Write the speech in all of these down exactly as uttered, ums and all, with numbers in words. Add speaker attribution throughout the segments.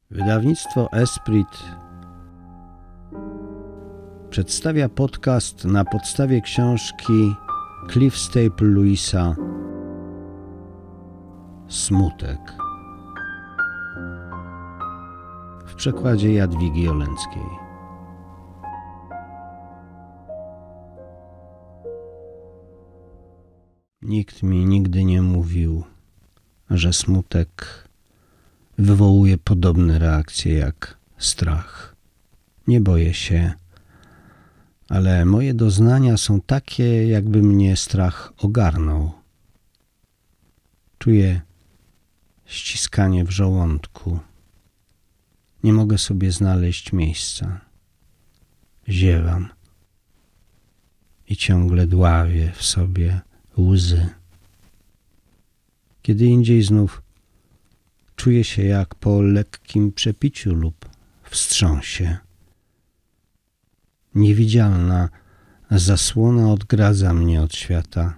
Speaker 1: Wydawnictwo Esprit przedstawia podcast na podstawie książki Cliff Staple Lewisa Smutek w przekładzie Jadwigi Oleńskiej. Nikt mi nigdy nie mówił, że smutek wywołuje podobne reakcje jak strach. Nie boję się, ale moje doznania są takie, jakby mnie strach ogarnął. Czuję ściskanie w żołądku. Nie mogę sobie znaleźć miejsca. Ziewam i ciągle dławię w sobie łzy. Kiedy indziej znów czuję się jak po lekkim przepiciu lub wstrząsie. Niewidzialna zasłona odgradza mnie od świata.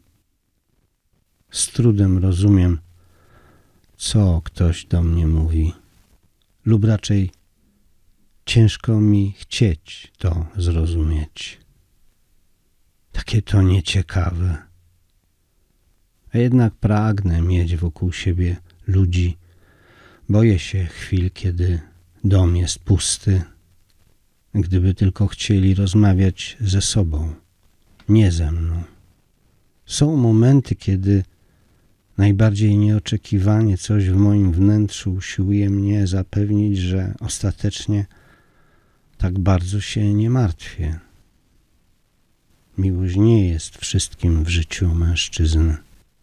Speaker 1: Z trudem rozumiem, co ktoś do mnie mówi, lub raczej ciężko mi chcieć to zrozumieć. Takie to nieciekawe. A jednak pragnę mieć wokół siebie ludzi. Boję się chwil, kiedy dom jest pusty, gdyby tylko chcieli rozmawiać ze sobą, nie ze mną. Są momenty, kiedy najbardziej nieoczekiwanie coś w moim wnętrzu usiłuje mnie zapewnić, że ostatecznie tak bardzo się nie martwię. Miłość nie jest wszystkim w życiu mężczyzny.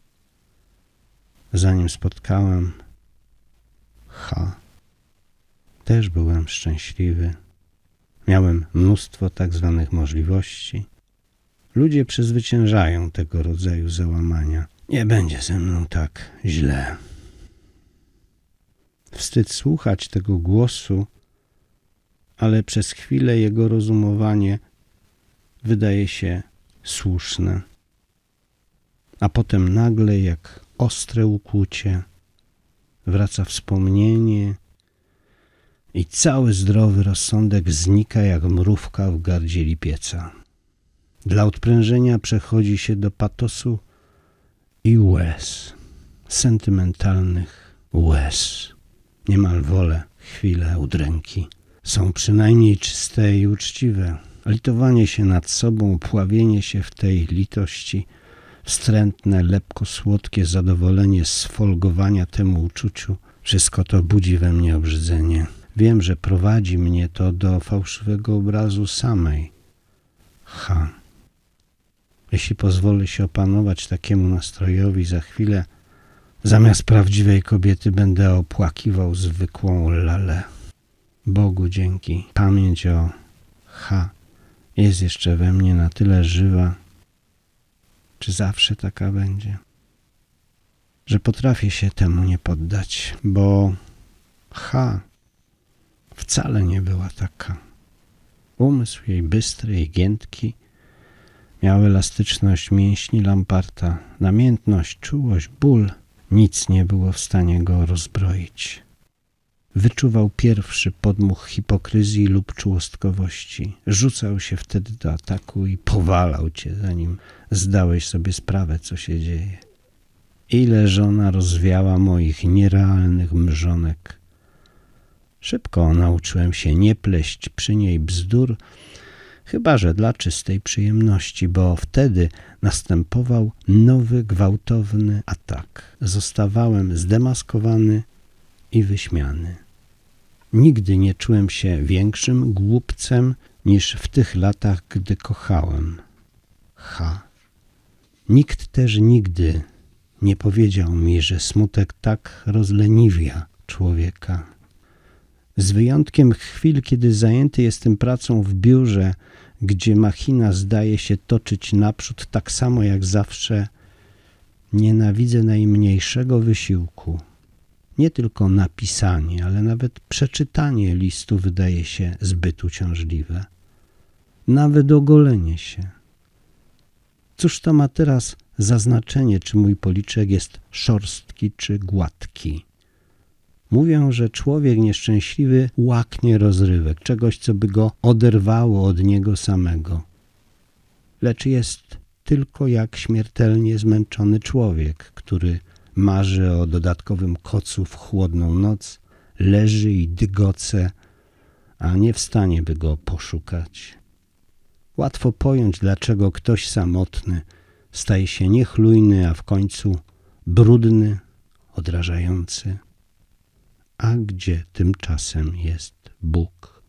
Speaker 1: Zanim spotkałem H, też byłem szczęśliwy. Miałem mnóstwo tak zwanych możliwości. Ludzie przezwyciężają tego rodzaju załamania. Nie będzie ze mną tak źle. Wstyd słuchać tego głosu, ale przez chwilę jego rozumowanie wydaje się słuszne. A potem nagle, jak ostre ukłucie, wraca wspomnienie i cały zdrowy rozsądek znika jak mrówka w gardzieli pieca. Dla odprężenia przechodzi się do patosu i łez, sentymentalnych łez. Niemal wolę chwilę udręki. Są przynajmniej czyste i uczciwe. Litowanie się nad sobą, pławienie się w tej litości, wstrętne, lepko-słodkie zadowolenie z folgowania temu uczuciu, wszystko to budzi we mnie obrzydzenie. Wiem, że prowadzi mnie to do fałszywego obrazu samej. H. Jeśli pozwolę się opanować takiemu nastrojowi, za chwilę zamiast prawdziwej kobiety będę opłakiwał zwykłą lalę. Bogu dzięki. Pamięć o H jest jeszcze we mnie na tyle żywa, czy zawsze taka będzie, że potrafię się temu nie poddać, bo H wcale nie była taka. Umysł jej bystry i giętki miał elastyczność mięśni Lamparta, namiętność, czułość, ból. Nic nie było w stanie go rozbroić. Wyczuwał pierwszy podmuch hipokryzji lub czułostkowości. Rzucał się wtedy do ataku i powalał cię, zanim zdałeś sobie sprawę, co się dzieje. Ile żona rozwiała moich nierealnych mrzonek. Szybko nauczyłem się nie pleść przy niej bzdur, chyba że dla czystej przyjemności, bo wtedy następował nowy, gwałtowny atak. Zostawałem zdemaskowany i wyśmiany. Nigdy nie czułem się większym głupcem niż w tych latach, gdy kochałem H. Nikt też nigdy nie powiedział mi, że smutek tak rozleniwia człowieka. Z wyjątkiem chwil, kiedy zajęty jestem pracą w biurze, gdzie machina zdaje się toczyć naprzód tak samo jak zawsze, nienawidzę najmniejszego wysiłku. Nie tylko napisanie, ale nawet przeczytanie listu wydaje się zbyt uciążliwe. Nawet ogolenie się. Cóż to ma teraz za znaczenie, czy mój policzek jest szorstki czy gładki? Mówią, że człowiek nieszczęśliwy łaknie rozrywek, czegoś, co by go oderwało od niego samego. Lecz jest tylko jak śmiertelnie zmęczony człowiek, który marzy o dodatkowym kocu w chłodną noc, leży i dygoce, a nie w stanie by go poszukać. Łatwo pojąć, dlaczego ktoś samotny staje się niechlujny, a w końcu brudny, odrażający. A gdzie tymczasem jest Bóg?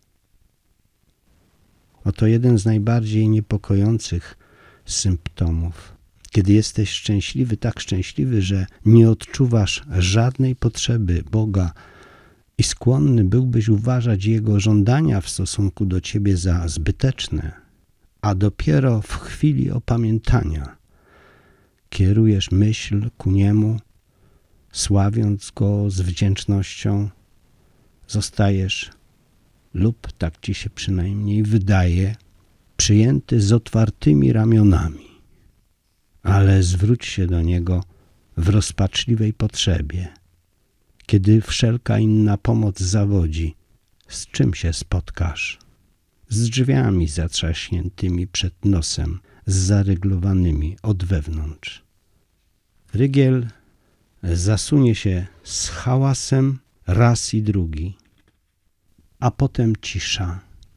Speaker 1: Oto jeden z najbardziej niepokojących symptomów. Kiedy jesteś szczęśliwy, tak szczęśliwy, że nie odczuwasz żadnej potrzeby Boga i skłonny byłbyś uważać Jego żądania w stosunku do ciebie za zbyteczne, a dopiero w chwili opamiętania kierujesz myśl ku Niemu, sławiąc Go z wdzięcznością, zostajesz, lub tak ci się przynajmniej wydaje, przyjęty z otwartymi ramionami. Ale zwróć się do Niego w rozpaczliwej potrzebie. Kiedy wszelka inna pomoc zawodzi, z czym się spotkasz? Z drzwiami zatrzaśniętymi przed nosem, z zaryglowanymi od wewnątrz. Rygiel zasunie się z hałasem raz i drugi, a potem cisza.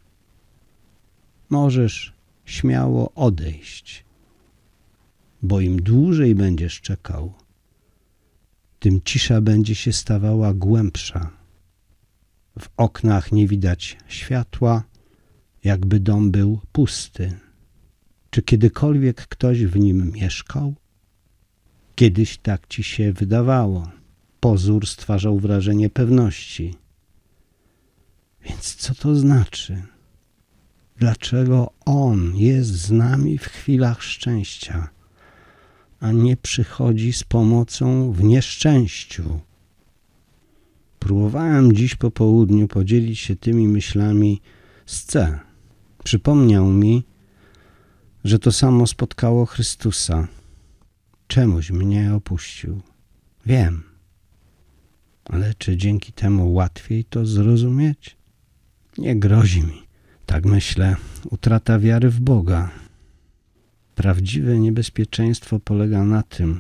Speaker 1: Możesz śmiało odejść, bo im dłużej będziesz czekał, tym cisza będzie się stawała głębsza. W oknach nie widać światła, jakby dom był pusty. Czy kiedykolwiek ktoś w nim mieszkał? Kiedyś tak ci się wydawało. Pozór stwarzał wrażenie pewności. Więc co to znaczy? Dlaczego On jest z nami w chwilach szczęścia, a nie przychodzi z pomocą w nieszczęściu? Próbowałem dziś po południu podzielić się tymi myślami z C. Przypomniał mi, że to samo spotkało Chrystusa. Czemuś mnie opuścił. Wiem. Ale czy dzięki temu łatwiej to zrozumieć? Nie grozi mi, tak myślę, utrata wiary w Boga. Prawdziwe niebezpieczeństwo polega na tym,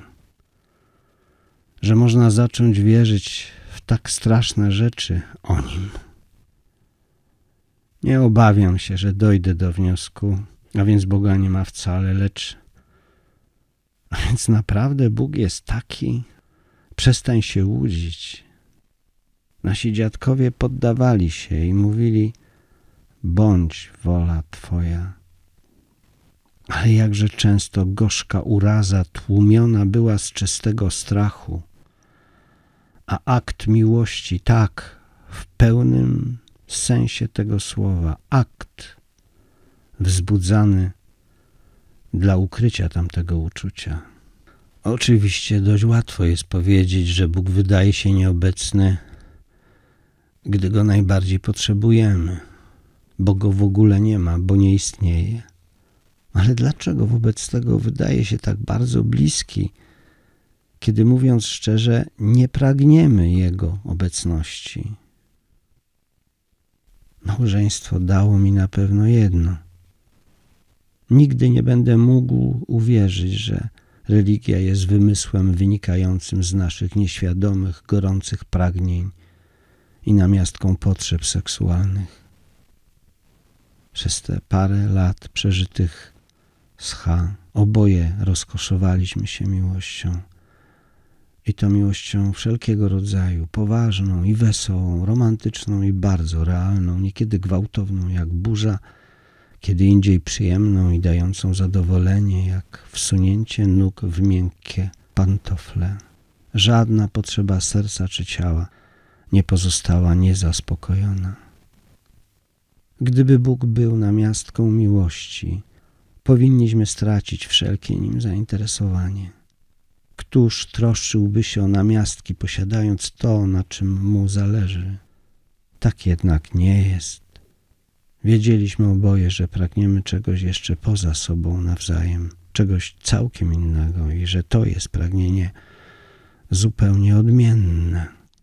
Speaker 1: że można zacząć wierzyć w tak straszne rzeczy o Nim. Nie obawiam się, że dojdę do wniosku, a więc Boga nie ma wcale, lecz a więc naprawdę Bóg jest taki? Przestań się łudzić. Nasi dziadkowie poddawali się i mówili: bądź wola Twoja. Ale jakże często gorzka uraza tłumiona była z czystego strachu, a akt miłości, tak, w pełnym sensie tego słowa, akt wzbudzany dla ukrycia tamtego uczucia. Oczywiście dość łatwo jest powiedzieć, że Bóg wydaje się nieobecny, gdy Go najbardziej potrzebujemy, bo Go w ogóle nie ma, bo nie istnieje. Ale dlaczego wobec tego wydaje się tak bardzo bliski, kiedy, mówiąc szczerze, nie pragniemy Jego obecności? Małżeństwo dało mi na pewno jedno. Nigdy nie będę mógł uwierzyć, że religia jest wymysłem wynikającym z naszych nieświadomych, gorących pragnień i namiastką potrzeb seksualnych. Przez te parę lat przeżytych z H oboje rozkoszowaliśmy się miłością. I to miłością wszelkiego rodzaju, poważną i wesołą, romantyczną i bardzo realną, niekiedy gwałtowną jak burza, kiedy indziej przyjemną i dającą zadowolenie jak wsunięcie nóg w miękkie pantofle. Żadna potrzeba serca czy ciała nie pozostała niezaspokojona. Gdyby Bóg był namiastką miłości, powinniśmy stracić wszelkie nim zainteresowanie. Któż troszczyłby się o namiastki, posiadając to, na czym mu zależy? Tak jednak nie jest. Wiedzieliśmy oboje, że pragniemy czegoś jeszcze poza sobą nawzajem, czegoś całkiem innego i że to jest pragnienie zupełnie odmienne.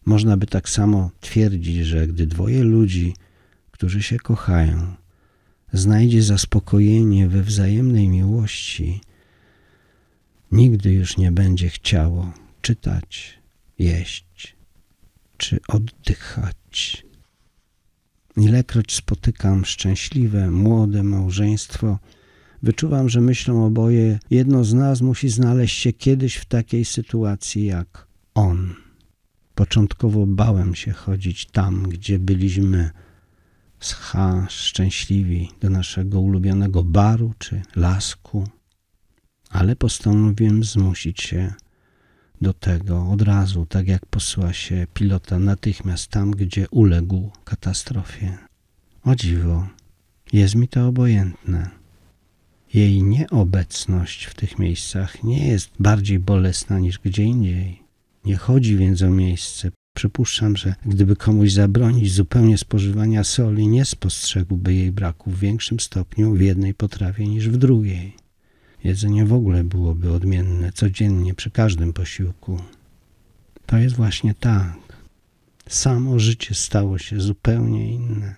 Speaker 1: Można by tak samo twierdzić, że gdy dwoje ludzi, którzy się kochają, znajdzie zaspokojenie we wzajemnej miłości, nigdy już nie będzie chciało czytać, jeść czy oddychać. Ilekroć spotykam szczęśliwe, młode małżeństwo, wyczuwam, że myślą oboje, jedno z nas musi znaleźć się kiedyś w takiej sytuacji jak on. Początkowo bałem się chodzić tam, gdzie byliśmy z H szczęśliwi, do naszego ulubionego baru czy lasku, ale postanowiłem zmusić się do tego od razu, tak jak posyła się pilota natychmiast tam, gdzie uległ katastrofie. O dziwo, jest mi to obojętne. Jej nieobecność w tych miejscach nie jest bardziej bolesna niż gdzie indziej. Nie chodzi więc o miejsce. Przypuszczam, że gdyby komuś zabronić zupełnie spożywania soli, nie spostrzegłby jej braku w większym stopniu w jednej potrawie niż w drugiej. Jedzenie w ogóle byłoby odmienne codziennie przy każdym posiłku. To jest właśnie tak. Samo życie stało się zupełnie inne.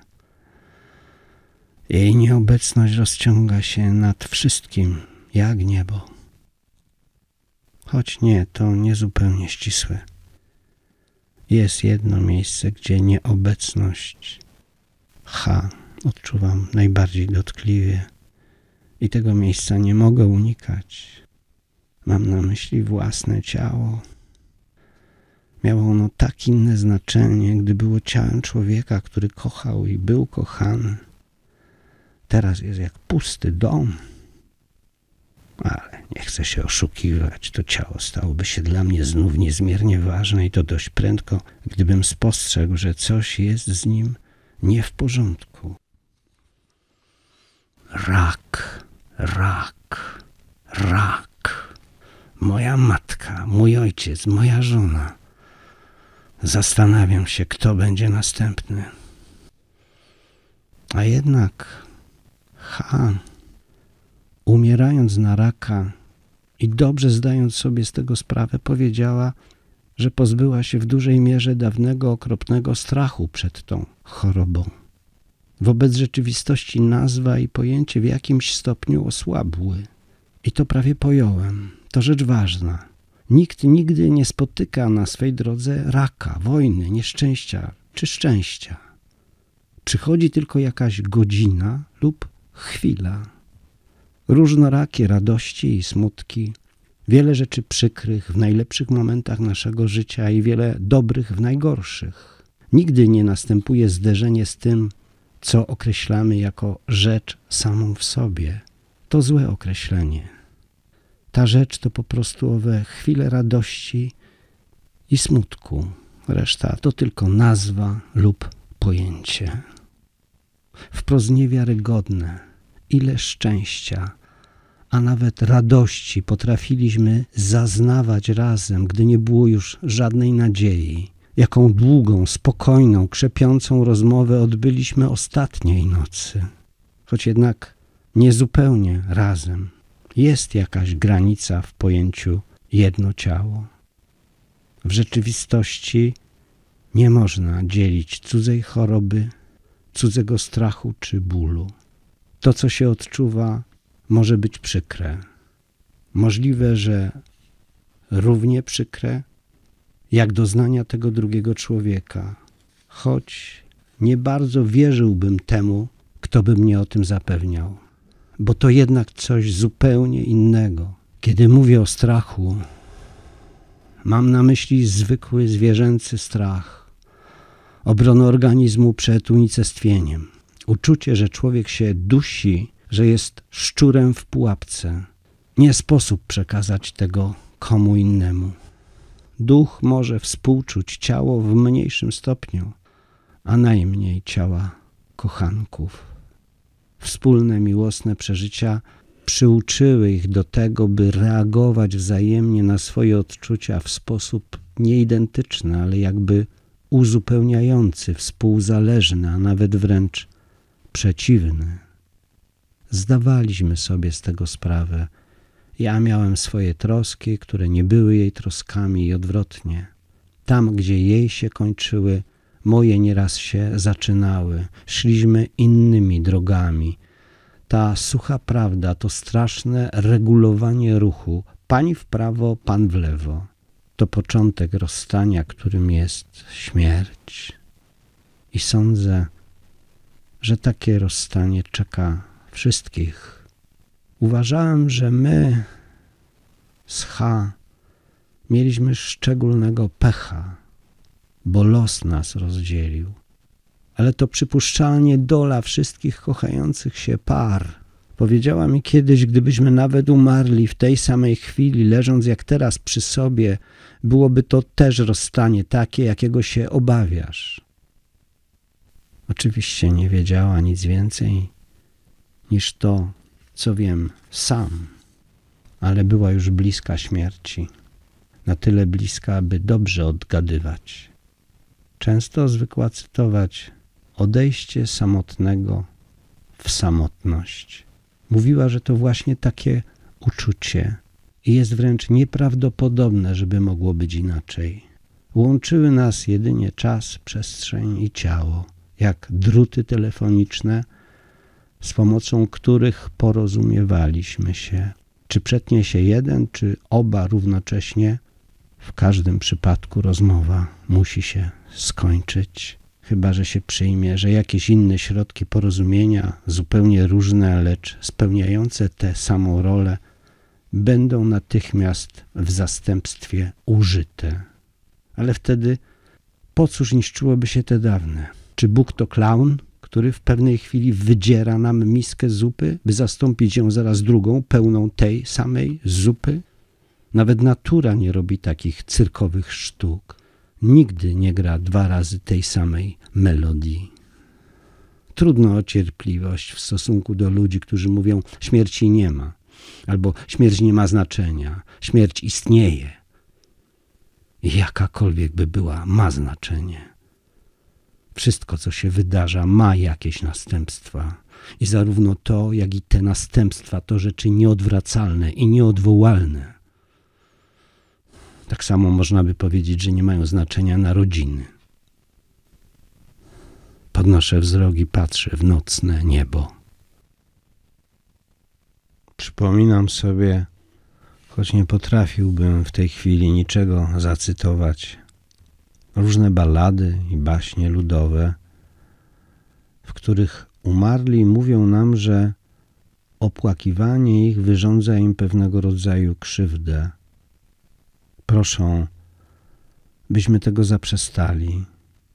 Speaker 1: Jej nieobecność rozciąga się nad wszystkim, jak niebo. Choć nie, to niezupełnie ścisłe. Jest jedno miejsce, gdzie nieobecność H odczuwam najbardziej dotkliwie i tego miejsca nie mogę unikać. Mam na myśli własne ciało. Miało ono tak inne znaczenie, gdy było ciałem człowieka, który kochał i był kochany. Teraz jest jak pusty dom. Ale nie chcę się oszukiwać, to ciało stałoby się dla mnie znów niezmiernie ważne i to dość prędko, gdybym spostrzegł, że coś jest z nim nie w porządku. Rak, rak, rak. Moja matka, mój ojciec, moja żona. Zastanawiam się, kto będzie następny. A jednak Ha, umierając na raka i dobrze zdając sobie z tego sprawę, powiedziała, że pozbyła się w dużej mierze dawnego okropnego strachu przed tą chorobą. Wobec rzeczywistości nazwa i pojęcie w jakimś stopniu osłabły. I to prawie pojąłem. To rzecz ważna. Nikt nigdy nie spotyka na swej drodze raka, wojny, nieszczęścia czy szczęścia. Przychodzi tylko jakaś godzina lub chwila. Różnorakie radości i smutki, wiele rzeczy przykrych w najlepszych momentach naszego życia i wiele dobrych w najgorszych. Nigdy nie następuje zderzenie z tym, co określamy jako rzecz samą w sobie. To złe określenie. Ta rzecz to po prostu owe chwile radości i smutku. Reszta to tylko nazwa lub pojęcie. Wprost niewiarygodne, ile szczęścia, a nawet radości potrafiliśmy zaznawać razem, gdy nie było już żadnej nadziei. Jaką długą, spokojną, krzepiącą rozmowę odbyliśmy ostatniej nocy. Choć jednak niezupełnie razem. Jest jakaś granica w pojęciu jedno ciało. W rzeczywistości nie można dzielić cudzej choroby, cudzego strachu czy bólu. To, co się odczuwa, może być przykre. Możliwe, że równie przykre, jak doznania tego drugiego człowieka. Choć nie bardzo wierzyłbym temu, kto by mnie o tym zapewniał. Bo to jednak coś zupełnie innego. Kiedy mówię o strachu, mam na myśli zwykły zwierzęcy strach, obronę organizmu przed unicestwieniem. Uczucie, że człowiek się dusi, że jest szczurem w pułapce. Nie sposób przekazać tego komu innemu. Duch może współczuć ciało w mniejszym stopniu, a najmniej ciała kochanków. Wspólne miłosne przeżycia przyuczyły ich do tego, by reagować wzajemnie na swoje odczucia w sposób nieidentyczny, ale jakby uzupełniający, współzależny, a nawet wręcz przeciwny. Zdawaliśmy sobie z tego sprawę. Ja miałem swoje troski, które nie były jej troskami i odwrotnie. Tam, gdzie jej się kończyły, moje nieraz się zaczynały. Szliśmy innymi drogami. Ta sucha prawda to straszne regulowanie ruchu. Pani w prawo, pan w lewo. To początek rozstania, którym jest śmierć. I sądzę, że takie rozstanie czeka wszystkich. Uważałem, że my z H mieliśmy szczególnego pecha, bo los nas rozdzielił. Ale to przypuszczalnie dola wszystkich kochających się par. Powiedziała mi kiedyś, gdybyśmy nawet umarli w tej samej chwili, leżąc jak teraz przy sobie, byłoby to też rozstanie takie, jakiego się obawiasz. Oczywiście nie wiedziała nic więcej niż to, co wiem sam, ale była już bliska śmierci. Na tyle bliska, aby dobrze odgadywać. Często zwykła cytować odejście samotnego w samotność. Mówiła, że to właśnie takie uczucie i jest wręcz nieprawdopodobne, żeby mogło być inaczej. Łączyły nas jedynie czas, przestrzeń i ciało, jak druty telefoniczne, z pomocą których porozumiewaliśmy się. Czy przetnie się jeden, czy oba równocześnie, w każdym przypadku rozmowa musi się skończyć. Chyba że się przyjmie, że jakieś inne środki porozumienia, zupełnie różne, lecz spełniające tę samą rolę, będą natychmiast w zastępstwie użyte. Ale wtedy po cóż niszczyłoby się te dawne? Czy Bóg to klaun, który w pewnej chwili wydziera nam miskę zupy, by zastąpić ją zaraz drugą, pełną tej samej zupy? Nawet natura nie robi takich cyrkowych sztuk. Nigdy nie gra dwa razy tej samej melodii. Trudno o cierpliwość w stosunku do ludzi, którzy mówią, śmierci nie ma, albo śmierć nie ma znaczenia, śmierć istnieje. Jakakolwiek by była, ma znaczenie. Wszystko, co się wydarza, ma jakieś następstwa. I zarówno to, jak i te następstwa to rzeczy nieodwracalne i nieodwołalne. Tak samo można by powiedzieć, że nie mają znaczenia narodziny. Podnoszę wzrok i patrzę w nocne niebo. Przypominam sobie, choć nie potrafiłbym w tej chwili niczego zacytować, różne ballady i baśnie ludowe, w których umarli mówią nam, że opłakiwanie ich wyrządza im pewnego rodzaju krzywdę. Proszą, byśmy tego zaprzestali.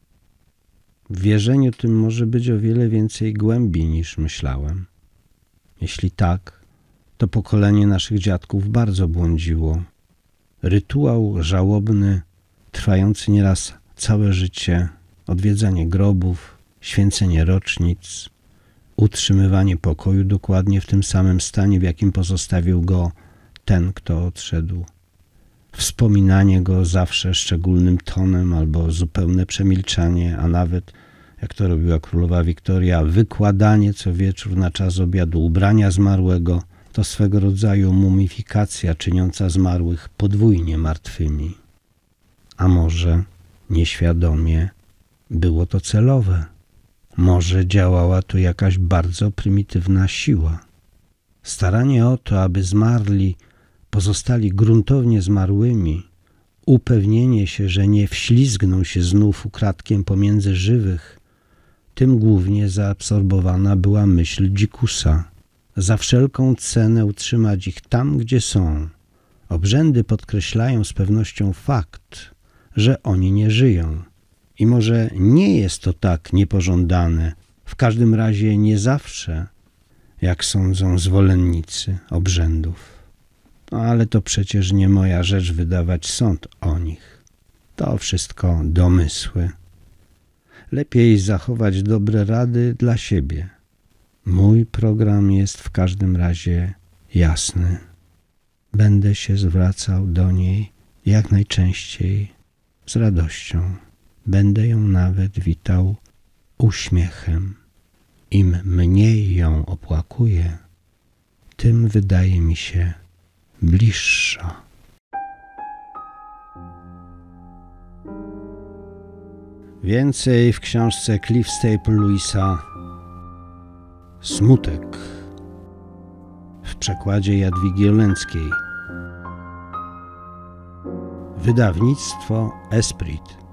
Speaker 1: W wierzeniu tym może być o wiele więcej głębi niż myślałem. Jeśli tak, to pokolenie naszych dziadków bardzo błądziło. Rytuał żałobny, trwający nieraz całe życie, odwiedzanie grobów, święcenie rocznic, utrzymywanie pokoju dokładnie w tym samym stanie, w jakim pozostawił go ten, kto odszedł. Wspominanie go zawsze szczególnym tonem albo zupełne przemilczanie, a nawet, jak to robiła królowa Wiktoria, wykładanie co wieczór na czas obiadu ubrania zmarłego, to swego rodzaju mumifikacja czyniąca zmarłych podwójnie martwymi. A może nieświadomie było to celowe? Może działała tu jakaś bardzo prymitywna siła? Staranie o to, aby zmarli pozostali gruntownie zmarłymi, upewnienie się, że nie wślizgną się znów ukradkiem pomiędzy żywych, tym głównie zaabsorbowana była myśl dzikusa. Za wszelką cenę utrzymać ich tam, gdzie są. Obrzędy podkreślają z pewnością fakt, że oni nie żyją. I może nie jest to tak niepożądane, w każdym razie nie zawsze, jak sądzą zwolennicy obrzędów. No ale to przecież nie moja rzecz wydawać sąd o nich. To wszystko domysły. Lepiej zachować dobre rady dla siebie. Mój program jest w każdym razie jasny. Będę się zwracał do niej jak najczęściej z radością. Będę ją nawet witał uśmiechem. Im mniej ją opłakuję, tym wydaje mi się bliższa. Więcej w książce Cliff Staple Lewisa Smutek w przekładzie Jadwigi Olenckiej. Wydawnictwo Esprit.